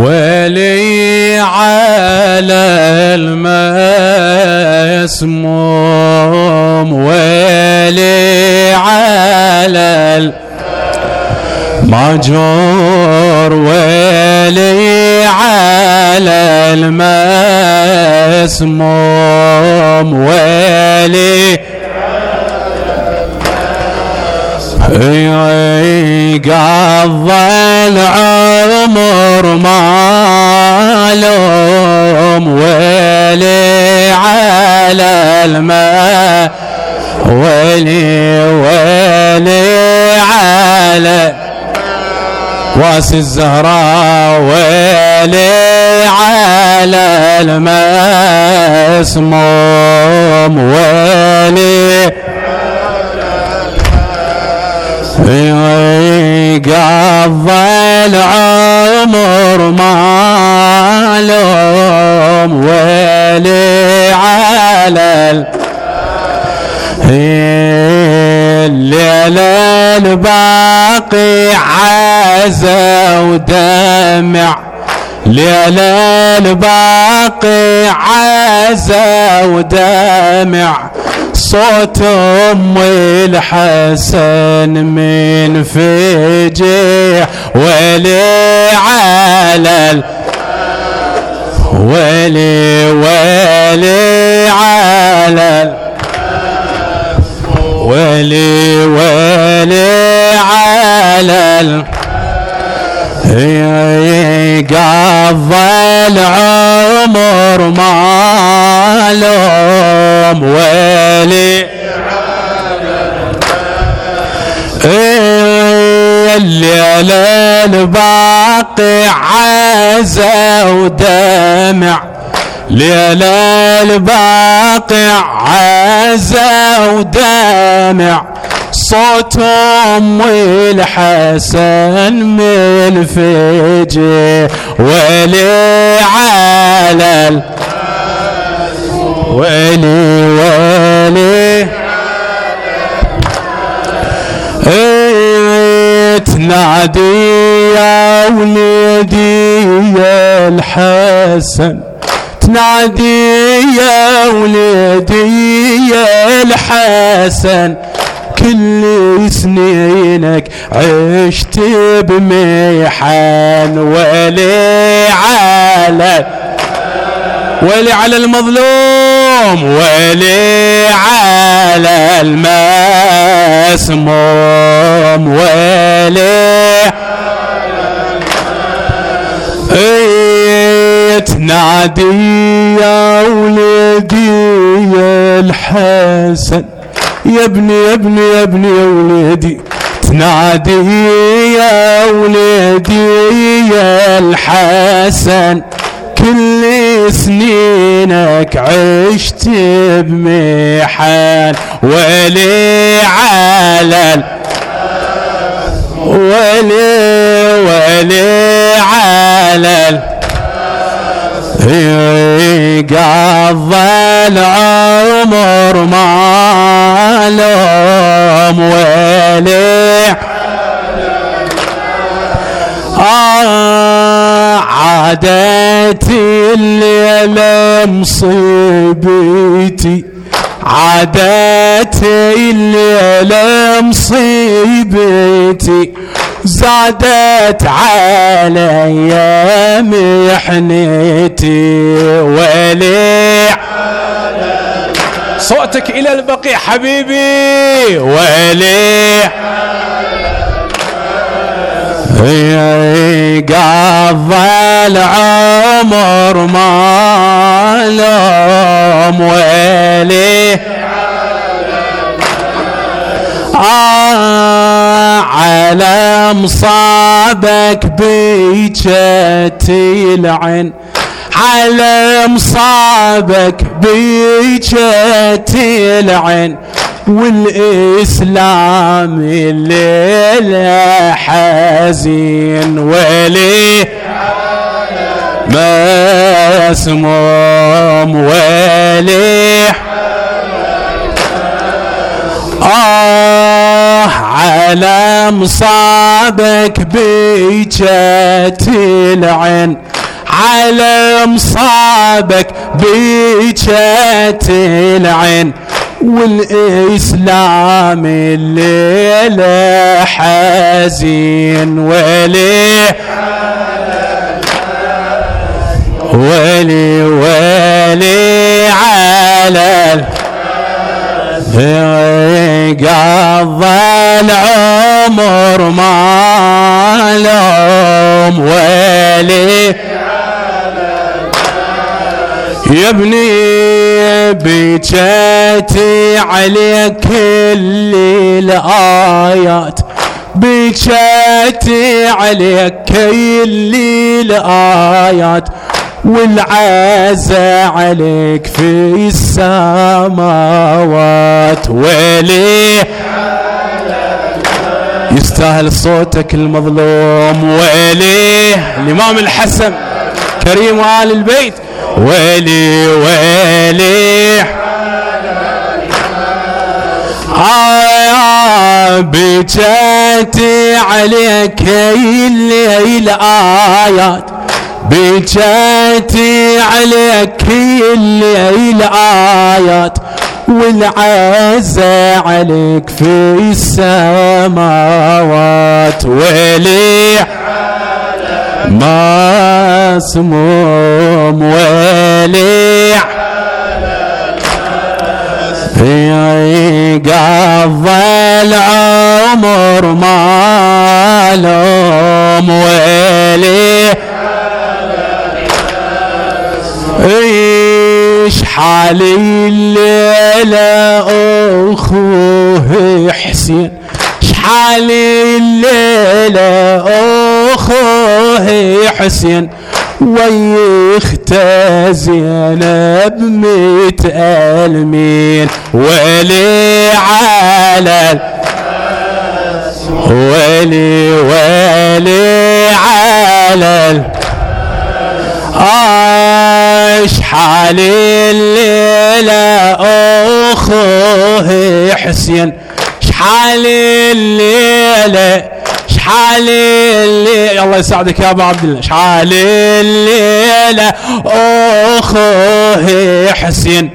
ولي على المسموم ولي على الماجور ولي على المسموم ولي قضى العمر معلوم ولي على الماء ولي على واس الزهراء ولي على المسموم ولي قضى العمر معلوم ولي على الليل الباقي عزا ودمع ليل الباقي عزا ودمع صوت ام الحسن من فجيع ولي على ولي على ولي على قضى العمر معلوم ولي الليل الباقي عزا ودمع ليل الباقي عزا ودمع صوت ام الحسن من الفجر ولي على ولي تنادي يا ولدي يا الحسن تنادي يا ولدي يا الحسن كل سنينك عشت بمحن ولي على المظلوم ولي على المسموم ولي تنادي يا ولدي يا الحسن يا ابني يا ولدي تنادي يا ولدي يا الحسن كل سنينك عشت بمحن ولي على ولي على قضى العمر معلوم ولي عادتي الليلة مصيبتي عادتي الليلة مصيبتي زادت علي محنتي ولي صوتك إلى البقيع حبيبي ولي قضى العمر معلوم ولي على مصابك بيجتي العين على مصابك بيجتي العين والإسلام الليلة حزين ولي مسموم ولي على مصابك بيجت العين على مصابك بيجت العين، والإسلام الليلة حزين. ولي ولي ولي على قضى العمر ما لوم. ولي يا ابني بجيتي عليك كل الآيات، بجيتي عليك كل الآيات، والعزا عليك في السماوات. ولي يستاهل صوتك المظلوم. ولي الإمام الحسن كريم آل البيت. ولي ولي بجيتي عليك كل الآيات، بجيتي عليك كل الآيات، والعزا عليك في السماوات. ولي مسموم. ولي قضى العمر ما لوم. ولي ايش حالي الليلة اخوه حسين، ايش حالي الليلة اخوه حسين، ويخته زينب متألمين. ولي على ولي ولي على ايش حالي الليلة اخوه حسين، ايش حالي الليلة، ايش حالي الليلة، الله يساعدك يا ابو عبد الله، ايش حالي الليلة اخوه حسين،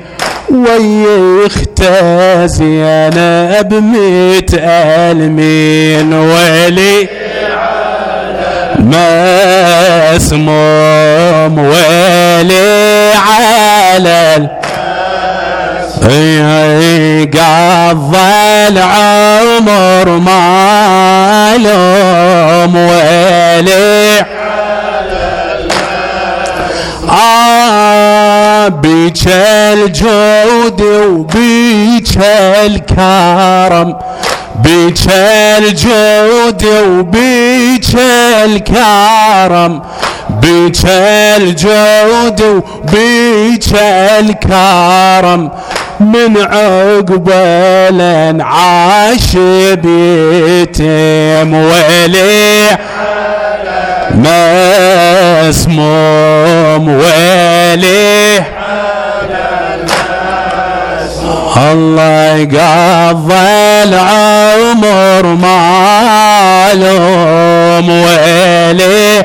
ويخته زينب متألمين. ولي مسموم. ولي على قضى العمر ما لوم. ولي بيك الجود وبيك الكرم، بيك الجود وبيك الكرم، بيك الجود وبيك الكرم، من عقبال عاش بيتم. ولي مسموم. ولي الله قضى العمر ما لوم. ولي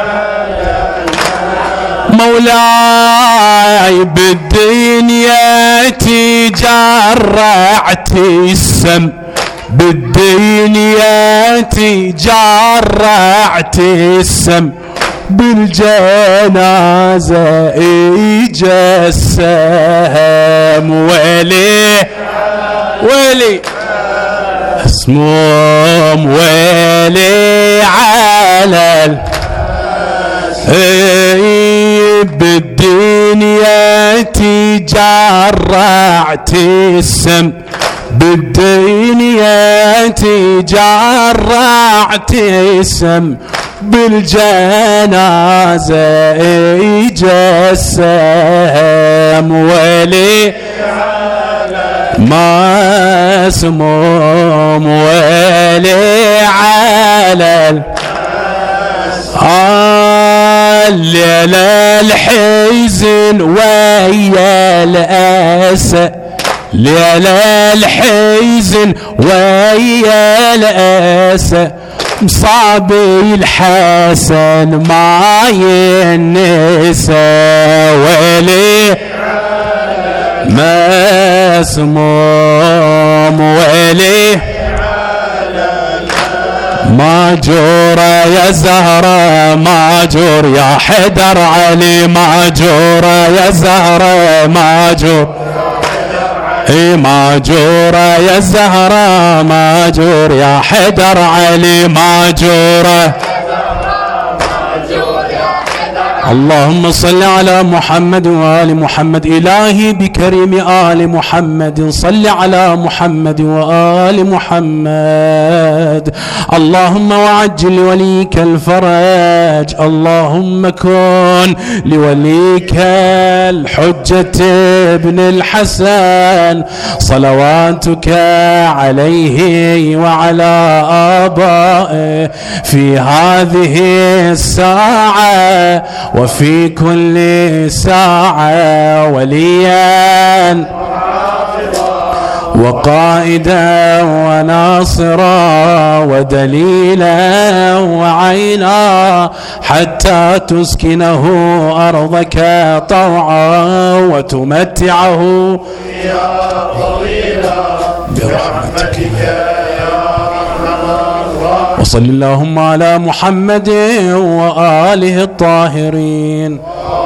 مولاي بالدنيا تجرعت السم، بالدنيا تجرعت السم، بالجنازة اجا السهم. ولي ولي مسموم. ولي على بالدنيا تجرعت السم، بالدنيا تجرعت السم، بالجنازة اجا السهم. ولي مسموم. ولي على الليلة الحزن ويا الأسى، ليلة الحزن ويا الأسى، مصابي الحسن ما ويلي مسموم ويلي ماجورة يا زهرة ماجور يا حيدر علي ماجورة يا زهرة ماجور ماجورة يا زهرة ماجور يا حيدر علي ماجورة. اللهم صل على محمد وآل محمد. إلهي بكريم آل محمد صل على محمد وآل محمد. اللهم وعجل لوليك الفرج. اللهم كن لوليك الحجة ابن الحسن صلواتك عليه وعلى آبائه في هذه الساعة وفي كل ساعة وليا وقائدا وناصرا ودليلا وعينا حتى تسكنه أرضك طوعا وتمتعه برحمتك وصل اللهم على محمد وآله الطاهرين.